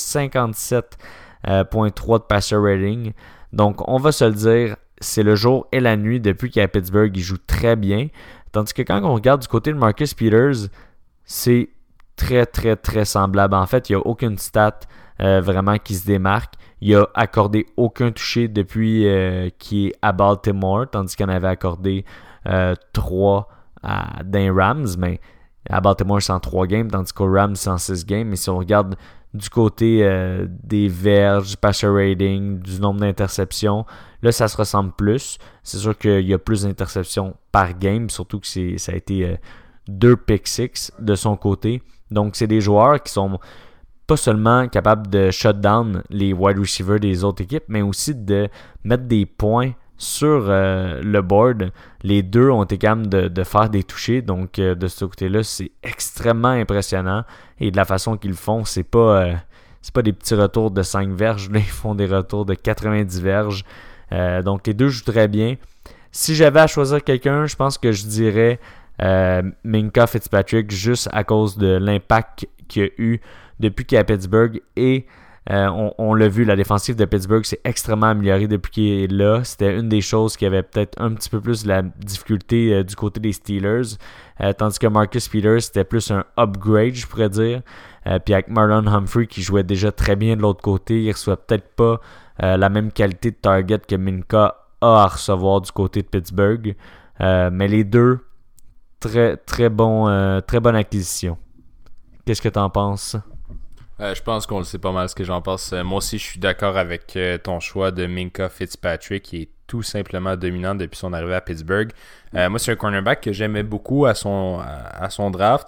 57,3 de passer rating. Donc, on va se le dire, c'est le jour et la nuit. Depuis qu'il est à Pittsburgh, il joue très bien. Tandis que quand on regarde du côté de Marcus Peters, c'est très, très, très semblable. En fait, il n'y a aucune stat vraiment qui se démarque. Il a accordé aucun touché depuis qu'il est à Baltimore, tandis qu'on avait accordé 3 dans les Rams. Mais à Baltimore, c'est en 3 games, tandis qu'aux Rams, c'est en 6 games. Et si on regarde du côté des verges, passer rating, du nombre d'interceptions, là, ça se ressemble plus. C'est sûr qu'il y a plus d'interceptions par game, surtout que ça a été 2 pick six de son côté. Donc, c'est des joueurs qui sont pas seulement capables de shut down les wide receivers des autres équipes, mais aussi de mettre des points sur le board. Les 2 ont été capables de faire des touchés. Donc, de ce côté-là, c'est extrêmement impressionnant. Et de la façon qu'ils le font, c'est pas des petits retours de 5 verges. Là, ils font des retours de 90 verges. Donc, les 2 jouent très bien. Si j'avais à choisir quelqu'un, je pense que je dirais Minkah Fitzpatrick, juste à cause de l'impact qu'il a eu depuis qu'il est à Pittsburgh. Et on l'a vu, la défensive de Pittsburgh s'est extrêmement améliorée depuis qu'il est là. C'était une des choses qui avait peut-être un petit peu plus de la difficulté du côté des Steelers. Tandis que Marcus Peters, c'était plus un upgrade, je pourrais dire. Puis avec Marlon Humphrey qui jouait déjà très bien de l'autre côté, il reçoit peut-être pas la même qualité de target que Minkah a à recevoir du côté de Pittsburgh. Mais les 2, très bonne acquisition. Qu'est-ce que tu en penses? Je pense qu'on le sait pas mal ce que j'en pense. Moi aussi, je suis d'accord avec ton choix de Minkah Fitzpatrick, qui est tout simplement dominant depuis son arrivée à Pittsburgh. Moi, c'est un cornerback que j'aimais beaucoup à son draft.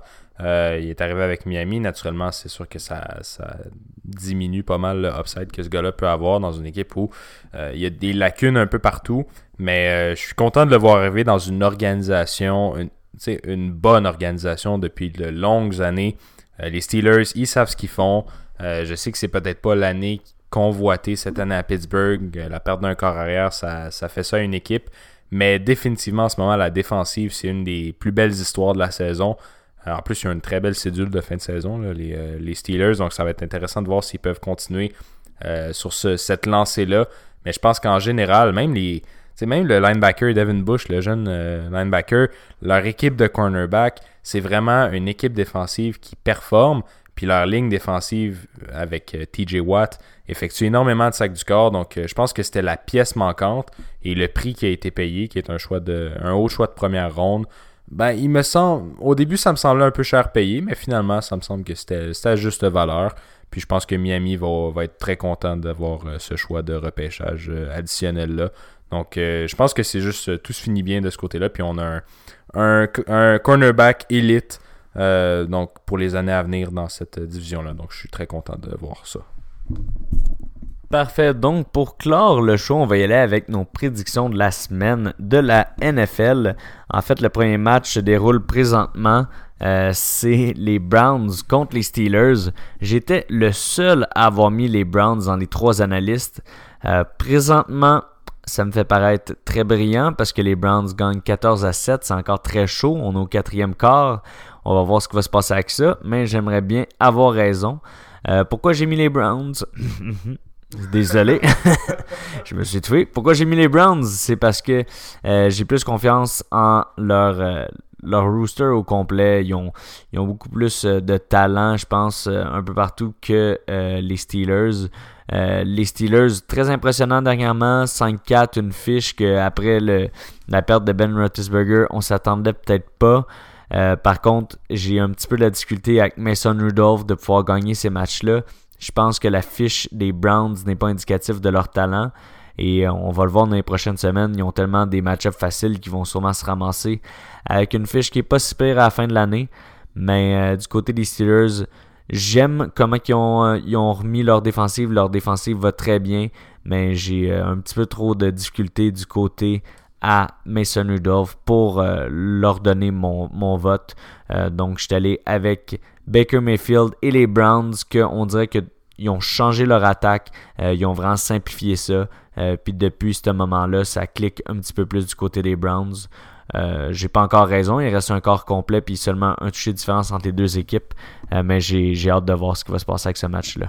Il est arrivé avec Miami. Naturellement, c'est sûr que ça diminue pas mal le upside que ce gars-là peut avoir dans une équipe où il y a des lacunes un peu partout. Mais je suis content de le voir arriver dans une organisation, une bonne organisation depuis de longues années. Les Steelers, ils savent ce qu'ils font. Je sais que c'est peut-être pas l'année convoitée cette année à Pittsburgh. La perte d'un corps arrière, ça fait ça à une équipe. Mais définitivement, en ce moment, la défensive, c'est une des plus belles histoires de la saison. En plus, il y a une très belle cédule de fin de saison, là, les Steelers. Donc, ça va être intéressant de voir s'ils peuvent continuer sur cette lancée-là. Mais je pense qu'en général, même le linebacker Devin Bush, le jeune linebacker, leur équipe de cornerback, c'est vraiment une équipe défensive qui performe. Puis leur ligne défensive avec TJ Watt effectue énormément de sacs du corps. Donc, je pense que c'était la pièce manquante. Et le prix qui a été payé, qui est un haut choix de première ronde, il me semble, au début, ça me semblait un peu cher payé, mais finalement, ça me semble que c'était à juste valeur. Puis je pense que Miami va être très content d'avoir ce choix de repêchage additionnel-là. Donc, je pense que c'est juste, tout se finit bien de ce côté-là. Puis on a un cornerback élite donc pour les années à venir dans cette division-là. Donc, je suis très content de voir ça. Parfait. Donc, pour clore le show, on va y aller avec nos prédictions de la semaine de la NFL. En fait, le premier match se déroule présentement. C'est les Browns contre les Steelers. J'étais le seul à avoir mis les Browns dans les 3 analystes. Présentement, ça me fait paraître très brillant parce que les Browns gagnent 14-7. C'est encore très chaud. On est au 4e quart. On va voir ce qui va se passer avec ça. Mais j'aimerais bien avoir raison. Pourquoi j'ai mis les Browns? Désolé, je me suis tué. Pourquoi j'ai mis les Browns? C'est parce que j'ai plus confiance en leur rooster au complet. Ils ont beaucoup plus de talent, je pense, un peu partout que les Steelers. Les Steelers, très impressionnants dernièrement, 5-4, une fiche qu'après la perte de Ben Roethlisberger, on s'attendait peut-être pas. Par contre, j'ai un petit peu de la difficulté avec Mason Rudolph de pouvoir gagner ces matchs-là. Je pense que la fiche des Browns n'est pas indicative de leur talent. Et on va le voir dans les prochaines semaines. Ils ont tellement des match-ups faciles qu'ils vont sûrement se ramasser avec une fiche qui n'est pas si pire à la fin de l'année. Mais du côté des Steelers, j'aime comment ils ont remis leur défensive. Leur défensive va très bien. Mais j'ai un petit peu trop de difficultés du côté à Mason Rudolph pour leur donner mon vote. Donc, je suis allé avec Baker Mayfield et les Browns, qu'on dirait qu'ils ont changé leur attaque. Ils ont vraiment simplifié ça. Puis depuis ce moment-là, ça clique un petit peu plus du côté des Browns. J'ai pas encore raison. Il reste un quart complet puis seulement un touché de différence entre les deux équipes. Mais j'ai hâte de voir ce qui va se passer avec ce match-là.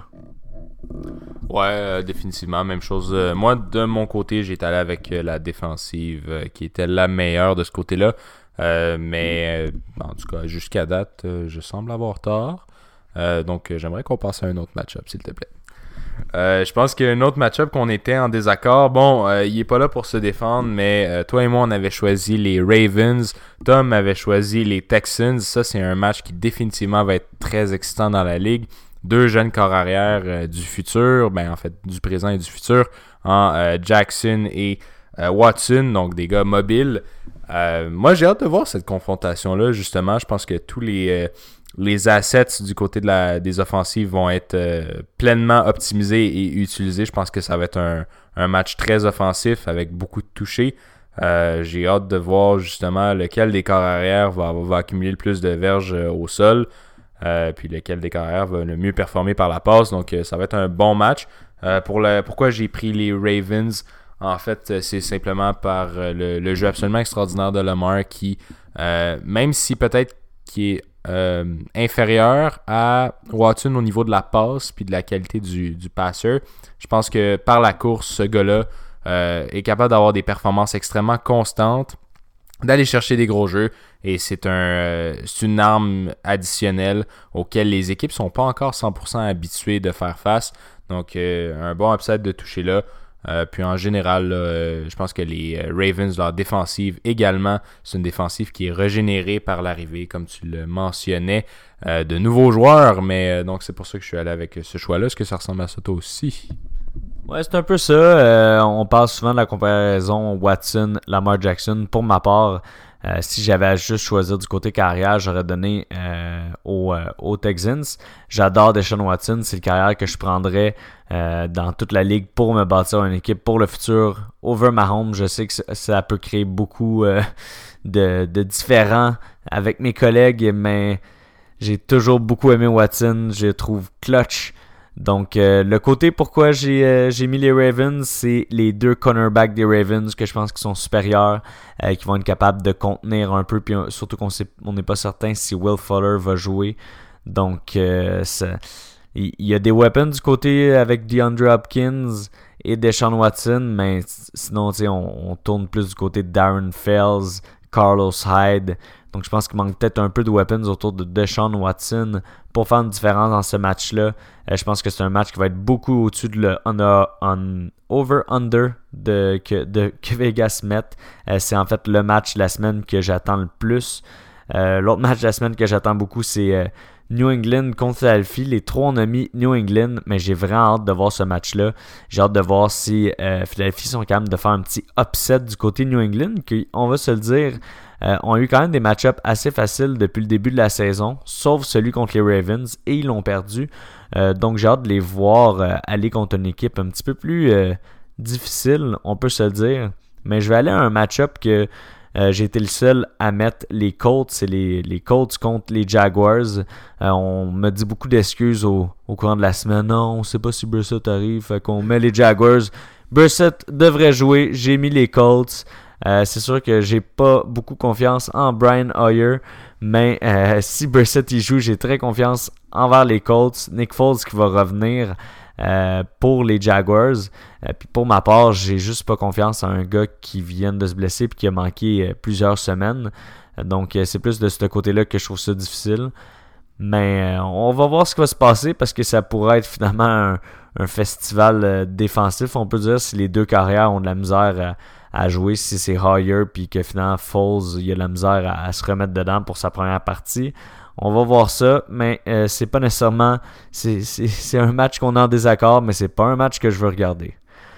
Ouais, définitivement, même chose. Moi, de mon côté, j'ai été allé avec la défensive qui était la meilleure de ce côté-là. Mais en tout cas, jusqu'à date, je semble avoir tort. Donc, j'aimerais qu'on passe à un autre match-up, s'il te plaît. Je pense qu'il y a un autre match-up qu'on était en désaccord. Bon, il est pas là pour se défendre, mais toi et moi, on avait choisi les Ravens. Tom avait choisi les Texans. Ça, c'est un match qui définitivement va être très excitant dans la ligue. 2 jeunes corps arrière du futur, en fait du présent et du futur, en Jackson et Watson, donc des gars mobiles. Moi, j'ai hâte de voir cette confrontation-là, justement. Je pense que tous les assets du côté des offensives vont être pleinement optimisés et utilisés. Je pense que ça va être un match très offensif avec beaucoup de touchés. J'ai hâte de voir justement lequel des corps arrière va accumuler le plus de verges au sol. Puis lequel des carrières va le mieux performer par la passe. Donc, ça va être un bon match. Pourquoi j'ai pris les Ravens? En fait, c'est simplement par le jeu absolument extraordinaire de Lamar qui, même si peut-être qui est inférieur à Watson au niveau de la passe puis de la qualité du passer, je pense que par la course, ce gars-là est capable d'avoir des performances extrêmement constantes, d'aller chercher des gros jeux, et c'est une arme additionnelle auquel les équipes sont pas encore 100% habituées de faire face. Donc un bon upside de toucher là. Puis en général, je pense que les Ravens, leur défensive également, c'est une défensive qui est régénérée par l'arrivée, comme tu le mentionnais, de nouveaux joueurs. Mais donc c'est pour ça que je suis allé avec ce choix-là. Est-ce que ça ressemble à ça toi aussi? Ouais, c'est un peu ça. On parle souvent de la comparaison Watson-Lamar Jackson. Pour ma part, Si j'avais à juste choisir du côté carrière, j'aurais donné aux Texans. J'adore Deshaun Watson, c'est le carrière que je prendrais dans toute la ligue pour me bâtir une équipe pour le futur. Over Mahomes, je sais que ça peut créer beaucoup de différents avec mes collègues, mais j'ai toujours beaucoup aimé Watson, je le trouve clutch. Donc, le côté pourquoi j'ai mis les Ravens, c'est les 2 cornerbacks des Ravens que je pense qu'ils sont supérieurs, qui vont être capables de contenir un peu, puis surtout qu'on n'est pas certain si Will Fuller va jouer. Donc, il y a des weapons du côté avec DeAndre Hopkins et Deshaun Watson, mais sinon, on tourne plus du côté de Darren Fells, Carlos Hyde. Donc, je pense qu'il manque peut-être un peu de weapons autour de Deshaun Watson pour faire une différence dans ce match-là. Je pense que c'est un match qui va être beaucoup au-dessus de le over-under que Vegas met. C'est en fait le match de la semaine que j'attends le plus. L'autre match de la semaine que j'attends beaucoup, c'est New England contre Philadelphie. Les 3, on a mis New England, mais j'ai vraiment hâte de voir ce match-là. J'ai hâte de voir si Philadelphie sont capables de faire un petit upset du côté New England, qui, on va se le dire, ont eu quand même des match-ups assez faciles depuis le début de la saison, sauf celui contre les Ravens, et ils l'ont perdu. Donc j'ai hâte de les voir aller contre une équipe un petit peu plus difficile, on peut se le dire. Mais je vais aller à un match-up que j'ai été le seul à mettre les Colts. C'est les Colts contre les Jaguars. On me dit beaucoup d'excuses au courant de la semaine. Non, on ne sait pas si Brissett arrive. Fait qu'on met les Jaguars. Brissett devrait jouer. J'ai mis les Colts. C'est sûr que j'ai pas beaucoup confiance en Brian Hoyer, mais si Brissett y joue, j'ai très confiance envers les Colts. Nick Foles qui va revenir pour les Jaguars. Puis pour ma part, j'ai juste pas confiance en un gars qui vient de se blesser et qui a manqué plusieurs semaines. Donc c'est plus de ce côté-là que je trouve ça difficile. Mais on va voir ce qui va se passer parce que ça pourrait être finalement un festival défensif. On peut dire si les 2 carrières ont de la misère à jouer, si c'est Hoyer puis que finalement Foles il a de la misère à se remettre dedans pour sa première partie. On va voir ça, mais c'est pas nécessairement... C'est un match qu'on est en désaccord, mais c'est pas un match que je veux regarder.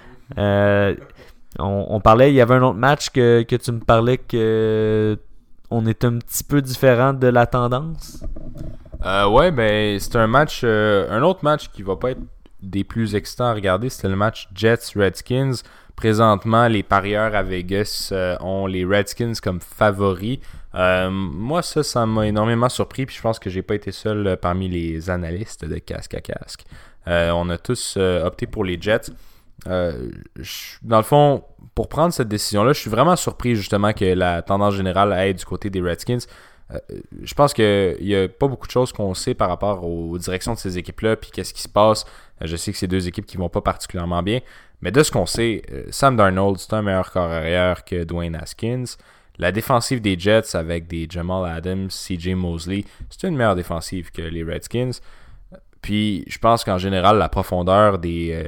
On parlait, il y avait un autre match que tu me parlais que on est un petit peu différent de la tendance. Ouais, ben c'est un match, un autre match qui va pas être des plus excitants à regarder, c'était le match Jets-Redskins. Présentement, les parieurs à Vegas ont les Redskins comme favoris. Moi, ça m'a énormément surpris, puis je pense que j'ai pas été seul parmi les analystes de casque à casque. On a tous opté pour les Jets. Dans le fond, pour prendre cette décision-là, je suis vraiment surpris justement que la tendance générale aille du côté des Redskins. Je pense qu'il n'y a pas beaucoup de choses qu'on sait par rapport aux directions de ces équipes-là, puis qu'est-ce qui se passe. Je sais que c'est 2 équipes qui vont pas particulièrement bien, mais de ce qu'on sait, Sam Darnold, c'est un meilleur corps arrière que Dwayne Haskins. La défensive des Jets avec des Jamal Adams, CJ Mosley, c'est une meilleure défensive que les Redskins. Puis je pense qu'en général, la profondeur des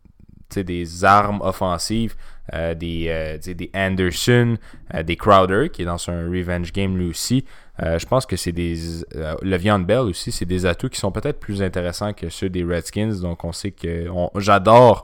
armes offensives, des Anderson, des Crowder, qui est dans un revenge game lui aussi. Je pense que c'est Le'Veon Bell aussi, c'est des atouts qui sont peut-être plus intéressants que ceux des Redskins. Donc on sait que j'adore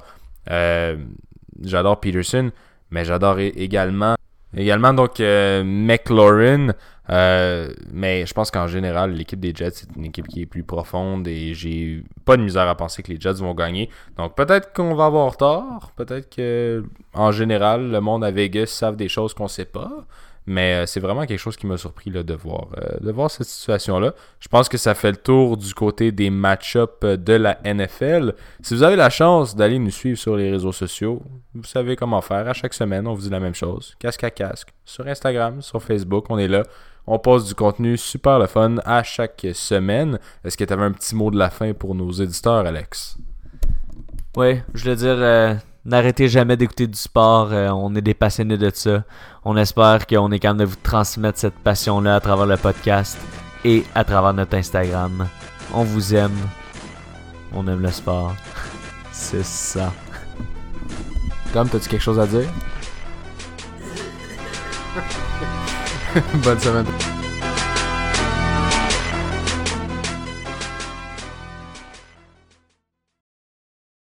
Peterson, mais j'adore également donc McLaurin. Mais je pense qu'en général, l'équipe des Jets, c'est une équipe qui est plus profonde et j'ai pas de misère à penser que les Jets vont gagner. Donc peut-être qu'on va avoir tort, peut-être que en général, le monde à Vegas savent des choses qu'on sait pas. Mais c'est vraiment quelque chose qui m'a surpris là, de voir cette situation-là. Je pense que ça fait le tour du côté des match-ups de la NFL. Si vous avez la chance d'aller nous suivre sur les réseaux sociaux, vous savez comment faire. À chaque semaine, on vous dit la même chose. Casque à casque. Sur Instagram, sur Facebook, on est là. On poste du contenu super le fun à chaque semaine. Est-ce que tu avais un petit mot de la fin pour nos éditeurs, Alex? Oui, je voulais dire... N'arrêtez jamais d'écouter du sport, on est des passionnés de ça. On espère qu'on est capable de vous transmettre cette passion-là à travers le podcast et à travers notre Instagram. On vous aime, on aime le sport. C'est ça. Tom, t'as-tu quelque chose à dire? Bonne semaine.